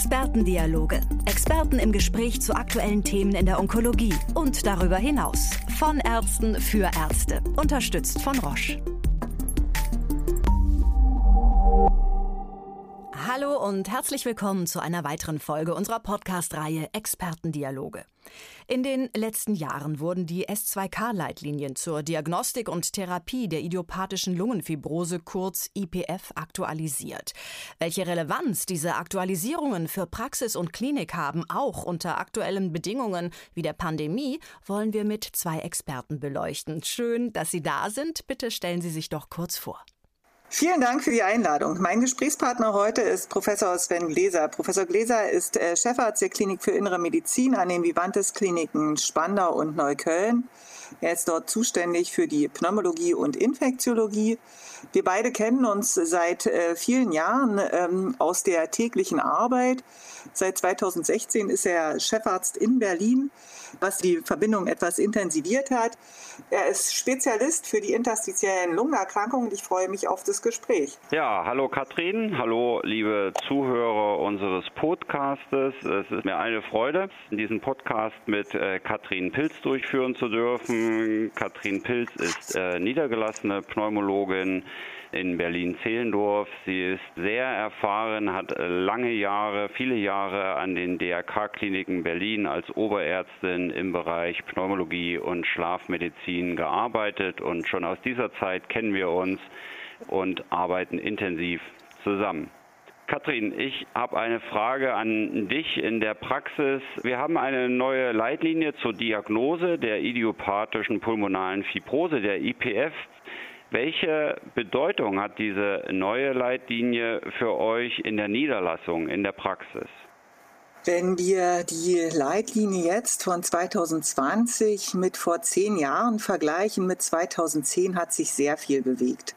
Expertendialoge. Experten im Gespräch zu aktuellen Themen in der Onkologie und darüber hinaus. Von Ärzten für Ärzte. Unterstützt von Roche. Hallo und herzlich willkommen zu einer weiteren Folge unserer Podcast-Reihe Expertendialoge. In den letzten Jahren wurden die S2K-Leitlinien zur Diagnostik und Therapie der idiopathischen Lungenfibrose, kurz IPF, aktualisiert. Welche Relevanz diese Aktualisierungen für Praxis und Klinik haben, auch unter aktuellen Bedingungen wie der Pandemie, wollen wir mit zwei Experten beleuchten. Schön, dass Sie da sind. Bitte stellen Sie sich doch kurz vor. Vielen Dank für die Einladung. Mein Gesprächspartner heute ist Professor Sven Gläser. Professor Gläser ist Chefarzt der Klinik für Innere Medizin an den Vivantes-Kliniken Spandau und Neukölln. Er ist dort zuständig für die Pneumologie und Infektiologie. Wir beide kennen uns seit vielen Jahren aus der täglichen Arbeit. Seit 2016 ist er Chefarzt in Berlin, was die Verbindung etwas intensiviert hat. Er ist Spezialist für die interstitiellen Lungenerkrankungen. Ich freue mich auf das Gespräch. Ja, hallo Katrin, hallo liebe Zuhörer unseres Podcastes. Es ist mir eine Freude, diesen Podcast mit Katrin Pilz durchführen zu dürfen. Katrin Pilz ist niedergelassene Pneumologin in Berlin-Zehlendorf. Sie ist sehr erfahren, hat viele Jahre an den DRK-Kliniken Berlin als Oberärztin im Bereich Pneumologie und Schlafmedizin gearbeitet und schon aus dieser Zeit kennen wir uns und arbeiten intensiv zusammen. Katrin, ich habe eine Frage an dich in der Praxis. Wir haben eine neue Leitlinie zur Diagnose der idiopathischen pulmonalen Fibrose, der IPF. Welche Bedeutung hat diese neue Leitlinie für euch in der Niederlassung, in der Praxis? Wenn wir die Leitlinie jetzt von 2020 mit vor 10 Jahren vergleichen mit 2010, hat sich sehr viel bewegt.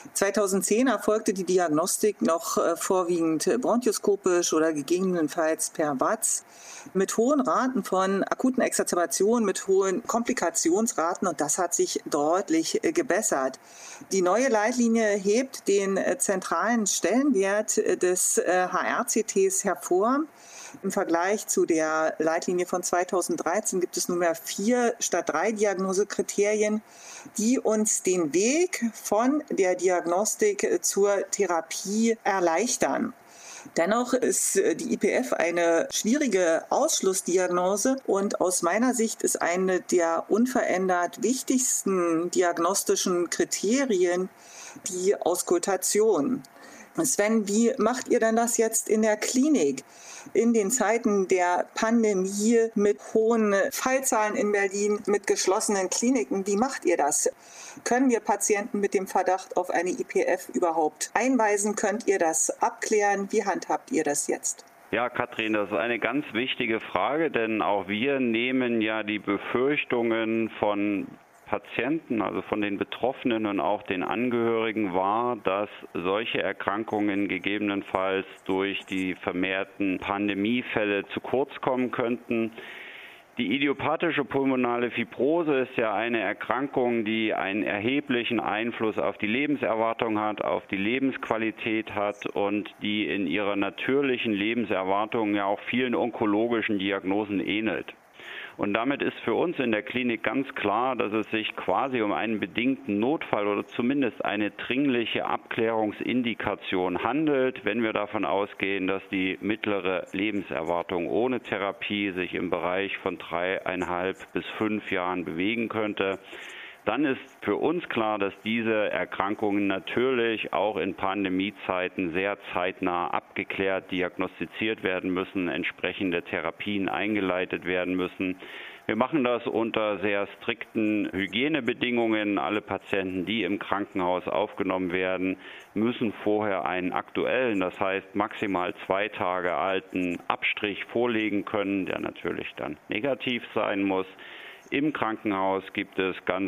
2010 erfolgte die Diagnostik noch vorwiegend bronchoskopisch oder gegebenenfalls per Watts mit hohen Raten von akuten Exacerbationen, mit hohen Komplikationsraten, und das hat sich deutlich gebessert. Die neue Leitlinie hebt den zentralen Stellenwert des HRCTs hervor. Im Vergleich zu der Leitlinie von 2013 gibt es nunmehr 4 statt 3 Diagnosekriterien, die uns den Weg von der Diagnostik zur Therapie erleichtern. Dennoch ist die IPF eine schwierige Ausschlussdiagnose und aus meiner Sicht ist eine der unverändert wichtigsten diagnostischen Kriterien die Auskultation. Sven, wie macht ihr denn das jetzt in der Klinik? In den Zeiten der Pandemie mit hohen Fallzahlen in Berlin, mit geschlossenen Kliniken, wie macht ihr das? Können wir Patienten mit dem Verdacht auf eine IPF überhaupt einweisen? Könnt ihr das abklären? Wie handhabt ihr das jetzt? Ja, Katrin, das ist eine ganz wichtige Frage, denn auch wir nehmen ja die Befürchtungen von Patienten, also von den Betroffenen und auch den Angehörigen wahr, dass solche Erkrankungen gegebenenfalls durch die vermehrten Pandemiefälle zu kurz kommen könnten. Die idiopathische pulmonale Fibrose ist ja eine Erkrankung, die einen erheblichen Einfluss auf die Lebenserwartung hat, auf die Lebensqualität hat und die in ihrer natürlichen Lebenserwartung ja auch vielen onkologischen Diagnosen ähnelt. Und damit ist für uns in der Klinik ganz klar, dass es sich quasi um einen bedingten Notfall oder zumindest eine dringliche Abklärungsindikation handelt, wenn wir davon ausgehen, dass die mittlere Lebenserwartung ohne Therapie sich im Bereich von 3,5 bis 5 Jahren bewegen könnte. Dann ist für uns klar, dass diese Erkrankungen natürlich auch in Pandemiezeiten sehr zeitnah abgeklärt, diagnostiziert werden müssen, entsprechende Therapien eingeleitet werden müssen. Wir machen das unter sehr strikten Hygienebedingungen. Alle Patienten, die im Krankenhaus aufgenommen werden, müssen vorher einen aktuellen, das heißt maximal 2 Tage alten Abstrich vorlegen können, der natürlich dann negativ sein muss. Im Krankenhaus gibt es ganz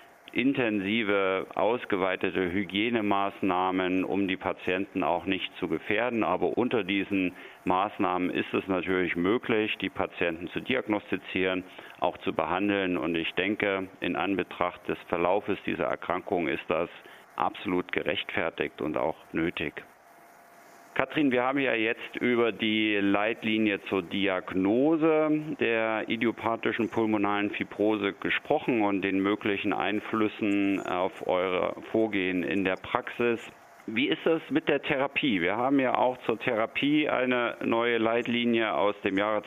intensive, ausgeweitete Hygienemaßnahmen, um die Patienten auch nicht zu gefährden. Aber unter diesen Maßnahmen ist es natürlich möglich, die Patienten zu diagnostizieren, auch zu behandeln. Und ich denke, in Anbetracht des Verlaufes dieser Erkrankung ist das absolut gerechtfertigt und auch nötig. Katrin, wir haben ja jetzt über die Leitlinie zur Diagnose der idiopathischen pulmonalen Fibrose gesprochen und den möglichen Einflüssen auf euer Vorgehen in der Praxis. Wie ist es mit der Therapie? Wir haben ja auch zur Therapie eine neue Leitlinie aus dem Jahre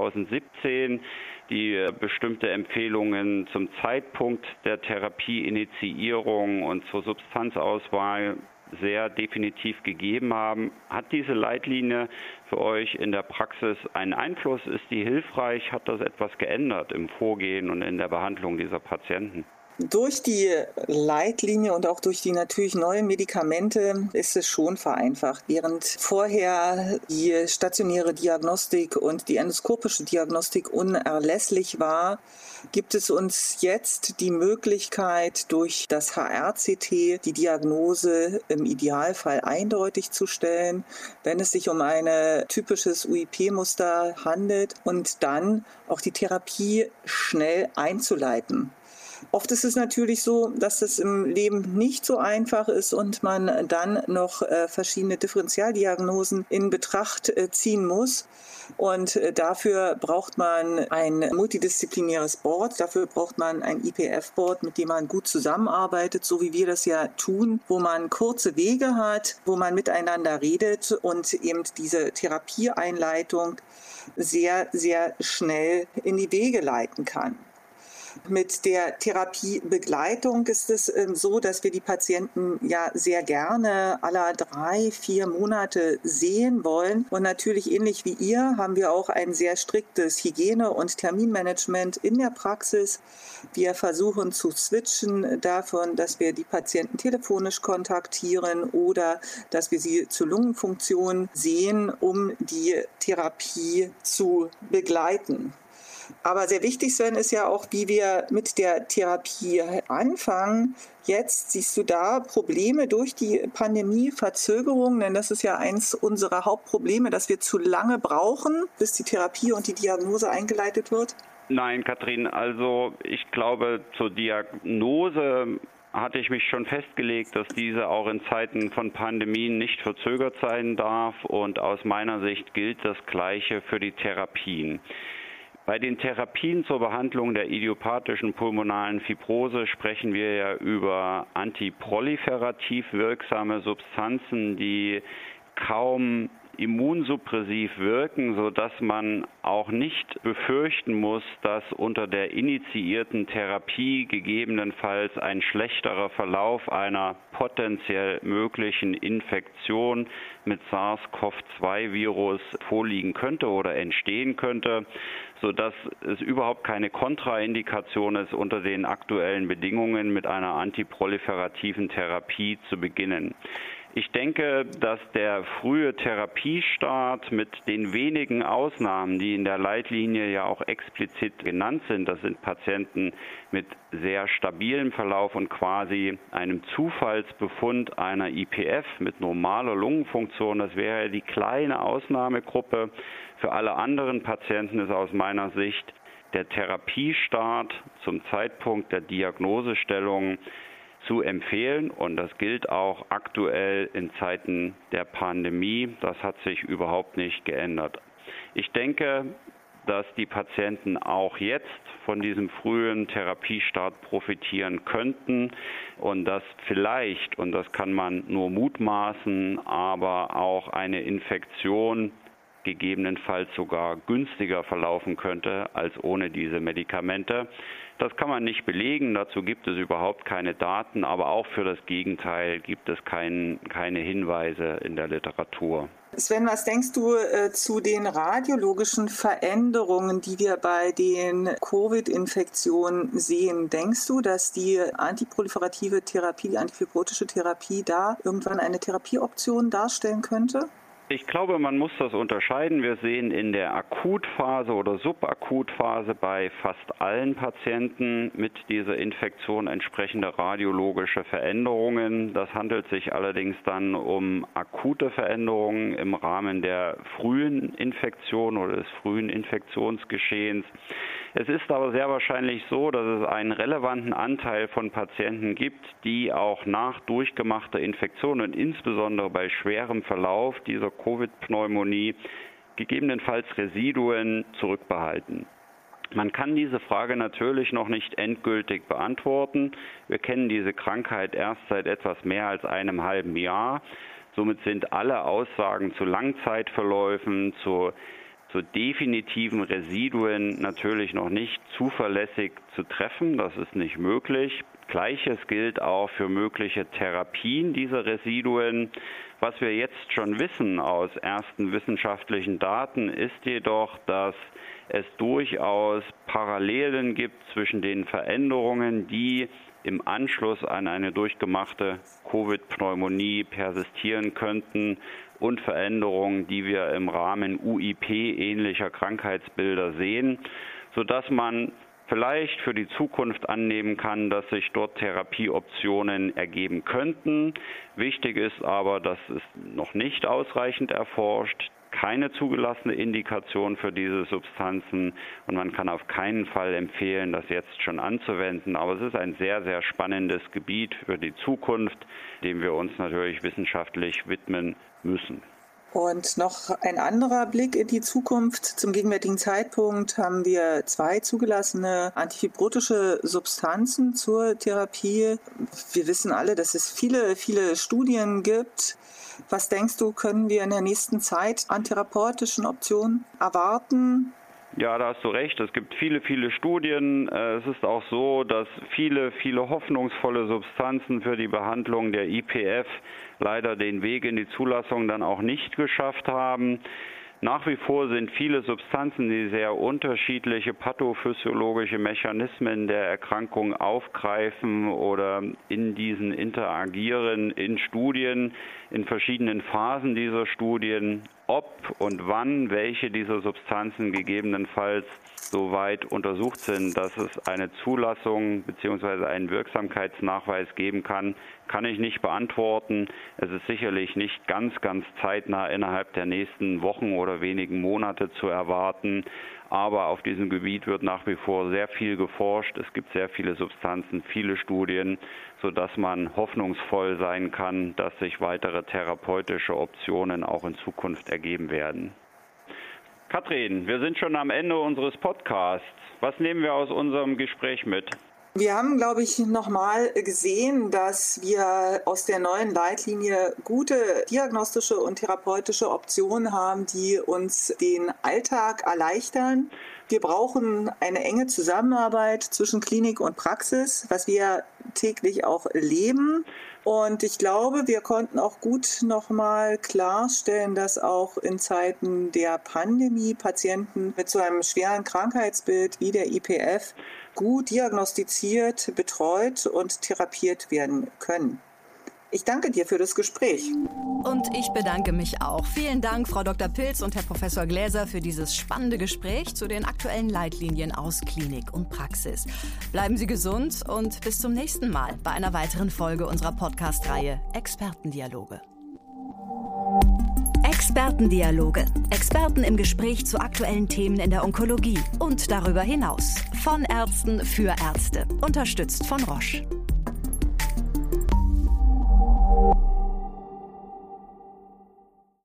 2017, die bestimmte Empfehlungen zum Zeitpunkt der Therapieinitiierung und zur Substanzauswahl sehr definitiv gegeben haben. Hat diese Leitlinie für euch in der Praxis einen Einfluss? Ist die hilfreich? Hat das etwas geändert im Vorgehen und in der Behandlung dieser Patienten? Durch die Leitlinie und auch durch die natürlich neuen Medikamente ist es schon vereinfacht. Während vorher die stationäre Diagnostik und die endoskopische Diagnostik unerlässlich war, gibt es uns jetzt die Möglichkeit, durch das HRCT die Diagnose im Idealfall eindeutig zu stellen, wenn es sich um ein typisches UIP-Muster handelt, und dann auch die Therapie schnell einzuleiten. Oft ist es natürlich so, dass es im Leben nicht so einfach ist und man dann noch verschiedene Differentialdiagnosen in Betracht ziehen muss. Und dafür braucht man ein multidisziplinäres Board, dafür braucht man ein IPF-Board, mit dem man gut zusammenarbeitet, so wie wir das ja tun, wo man kurze Wege hat, wo man miteinander redet und eben diese Therapieeinleitung sehr, sehr schnell in die Wege leiten kann. Mit der Therapiebegleitung ist es so, dass wir die Patienten ja sehr gerne alle 3-4 Monate sehen wollen. Und natürlich ähnlich wie ihr haben wir auch ein sehr striktes Hygiene- und Terminmanagement in der Praxis. Wir versuchen zu switchen davon, dass wir die Patienten telefonisch kontaktieren oder dass wir sie zur Lungenfunktion sehen, um die Therapie zu begleiten. Aber sehr wichtig, Sven, ist ja auch, wie wir mit der Therapie anfangen. Jetzt siehst du da Probleme durch die Pandemie, Verzögerungen, denn das ist ja eins unserer Hauptprobleme, dass wir zu lange brauchen, bis die Therapie und die Diagnose eingeleitet wird? Nein, Katrin, also ich glaube, zur Diagnose hatte ich mich schon festgelegt, dass diese auch in Zeiten von Pandemien nicht verzögert sein darf, und aus meiner Sicht gilt das Gleiche für die Therapien. Bei den Therapien zur Behandlung der idiopathischen pulmonalen Fibrose sprechen wir ja über antiproliferativ wirksame Substanzen, die kaum immunsuppressiv wirken, sodass man auch nicht befürchten muss, dass unter der initiierten Therapie gegebenenfalls ein schlechterer Verlauf einer potenziell möglichen Infektion mit SARS-CoV-2-Virus vorliegen könnte oder entstehen könnte, sodass es überhaupt keine Kontraindikation ist, unter den aktuellen Bedingungen mit einer antiproliferativen Therapie zu beginnen. Ich denke, dass der frühe Therapiestart mit den wenigen Ausnahmen, die in der Leitlinie ja auch explizit genannt sind, das sind Patienten mit sehr stabilem Verlauf und quasi einem Zufallsbefund einer IPF mit normaler Lungenfunktion, das wäre die kleine Ausnahmegruppe. Für alle anderen Patienten ist aus meiner Sicht der Therapiestart zum Zeitpunkt der Diagnosestellung zu empfehlen, und das gilt auch aktuell in Zeiten der Pandemie. Das hat sich überhaupt nicht geändert. Ich denke, dass die Patienten auch jetzt von diesem frühen Therapiestart profitieren könnten und dass vielleicht, und das kann man nur mutmaßen, aber auch eine Infektion gegebenenfalls sogar günstiger verlaufen könnte als ohne diese Medikamente. Das kann man nicht belegen, dazu gibt es überhaupt keine Daten, aber auch für das Gegenteil gibt es keine Hinweise in der Literatur. Sven, was denkst du zu den radiologischen Veränderungen, die wir bei den Covid-Infektionen sehen? Denkst du, dass die antiproliferative Therapie, die antifibrotische Therapie da irgendwann eine Therapieoption darstellen könnte? Ich glaube, man muss das unterscheiden. Wir sehen in der Akutphase oder Subakutphase bei fast allen Patienten mit dieser Infektion entsprechende radiologische Veränderungen. Das handelt sich allerdings dann um akute Veränderungen im Rahmen der frühen Infektion oder des frühen Infektionsgeschehens. Es ist aber sehr wahrscheinlich so, dass es einen relevanten Anteil von Patienten gibt, die auch nach durchgemachter Infektion und insbesondere bei schwerem Verlauf dieser Covid-Pneumonie gegebenenfalls Residuen zurückbehalten. Man kann diese Frage natürlich noch nicht endgültig beantworten. Wir kennen diese Krankheit erst seit etwas mehr als einem halben Jahr. Somit sind alle Aussagen zu Langzeitverläufen, zu definitiven Residuen natürlich noch nicht zuverlässig zu treffen. Das ist nicht möglich. Gleiches gilt auch für mögliche Therapien dieser Residuen. Was wir jetzt schon wissen aus ersten wissenschaftlichen Daten ist jedoch, dass es durchaus Parallelen gibt zwischen den Veränderungen, die im Anschluss an eine durchgemachte Covid-Pneumonie persistieren könnten und Veränderungen, die wir im Rahmen UIP-ähnlicher Krankheitsbilder sehen, sodass man vielleicht für die Zukunft annehmen kann, dass sich dort Therapieoptionen ergeben könnten. Wichtig ist aber, dass es noch nicht ausreichend erforscht, keine zugelassene Indikation für diese Substanzen und man kann auf keinen Fall empfehlen, das jetzt schon anzuwenden. Aber es ist ein sehr, sehr spannendes Gebiet für die Zukunft, dem wir uns natürlich wissenschaftlich widmen müssen. Und noch ein anderer Blick in die Zukunft. Zum gegenwärtigen Zeitpunkt haben wir 2 zugelassene antifibrotische Substanzen zur Therapie. Wir wissen alle, dass es viele, viele Studien gibt. Was denkst du, können wir in der nächsten Zeit an therapeutischen Optionen erwarten? Ja, da hast du recht. Es gibt viele, viele Studien. Es ist auch so, dass viele, viele hoffnungsvolle Substanzen für die Behandlung der IPF leider den Weg in die Zulassung dann auch nicht geschafft haben. Nach wie vor sind viele Substanzen, die sehr unterschiedliche pathophysiologische Mechanismen der Erkrankung aufgreifen oder in diesen interagieren in Studien, in verschiedenen Phasen dieser Studien, ob und wann welche dieser Substanzen gegebenenfalls so weit untersucht sind, dass es eine Zulassung bzw. einen Wirksamkeitsnachweis geben kann, kann ich nicht beantworten. Es ist sicherlich nicht ganz zeitnah innerhalb der nächsten Wochen oder wenigen Monate zu erwarten. Aber auf diesem Gebiet wird nach wie vor sehr viel geforscht. Es gibt sehr viele Substanzen, viele Studien, sodass man hoffnungsvoll sein kann, dass sich weitere therapeutische Optionen auch in Zukunft ergeben werden. Katrin, wir sind schon am Ende unseres Podcasts. Was nehmen wir aus unserem Gespräch mit? Wir haben, glaube ich, nochmal gesehen, dass wir aus der neuen Leitlinie gute diagnostische und therapeutische Optionen haben, die uns den Alltag erleichtern. Wir brauchen eine enge Zusammenarbeit zwischen Klinik und Praxis, was wir täglich auch leben. Und ich glaube, wir konnten auch gut nochmal klarstellen, dass auch in Zeiten der Pandemie Patienten mit so einem schweren Krankheitsbild wie der IPF gut diagnostiziert, betreut und therapiert werden können. Ich danke dir für das Gespräch. Und ich bedanke mich auch. Vielen Dank, Frau Dr. Pilz und Herr Professor Gläser, für dieses spannende Gespräch zu den aktuellen Leitlinien aus Klinik und Praxis. Bleiben Sie gesund und bis zum nächsten Mal bei einer weiteren Folge unserer Podcast-Reihe Expertendialoge. Expertendialoge. Experten im Gespräch zu aktuellen Themen in der Onkologie und darüber hinaus. Von Ärzten für Ärzte. Unterstützt von Roche.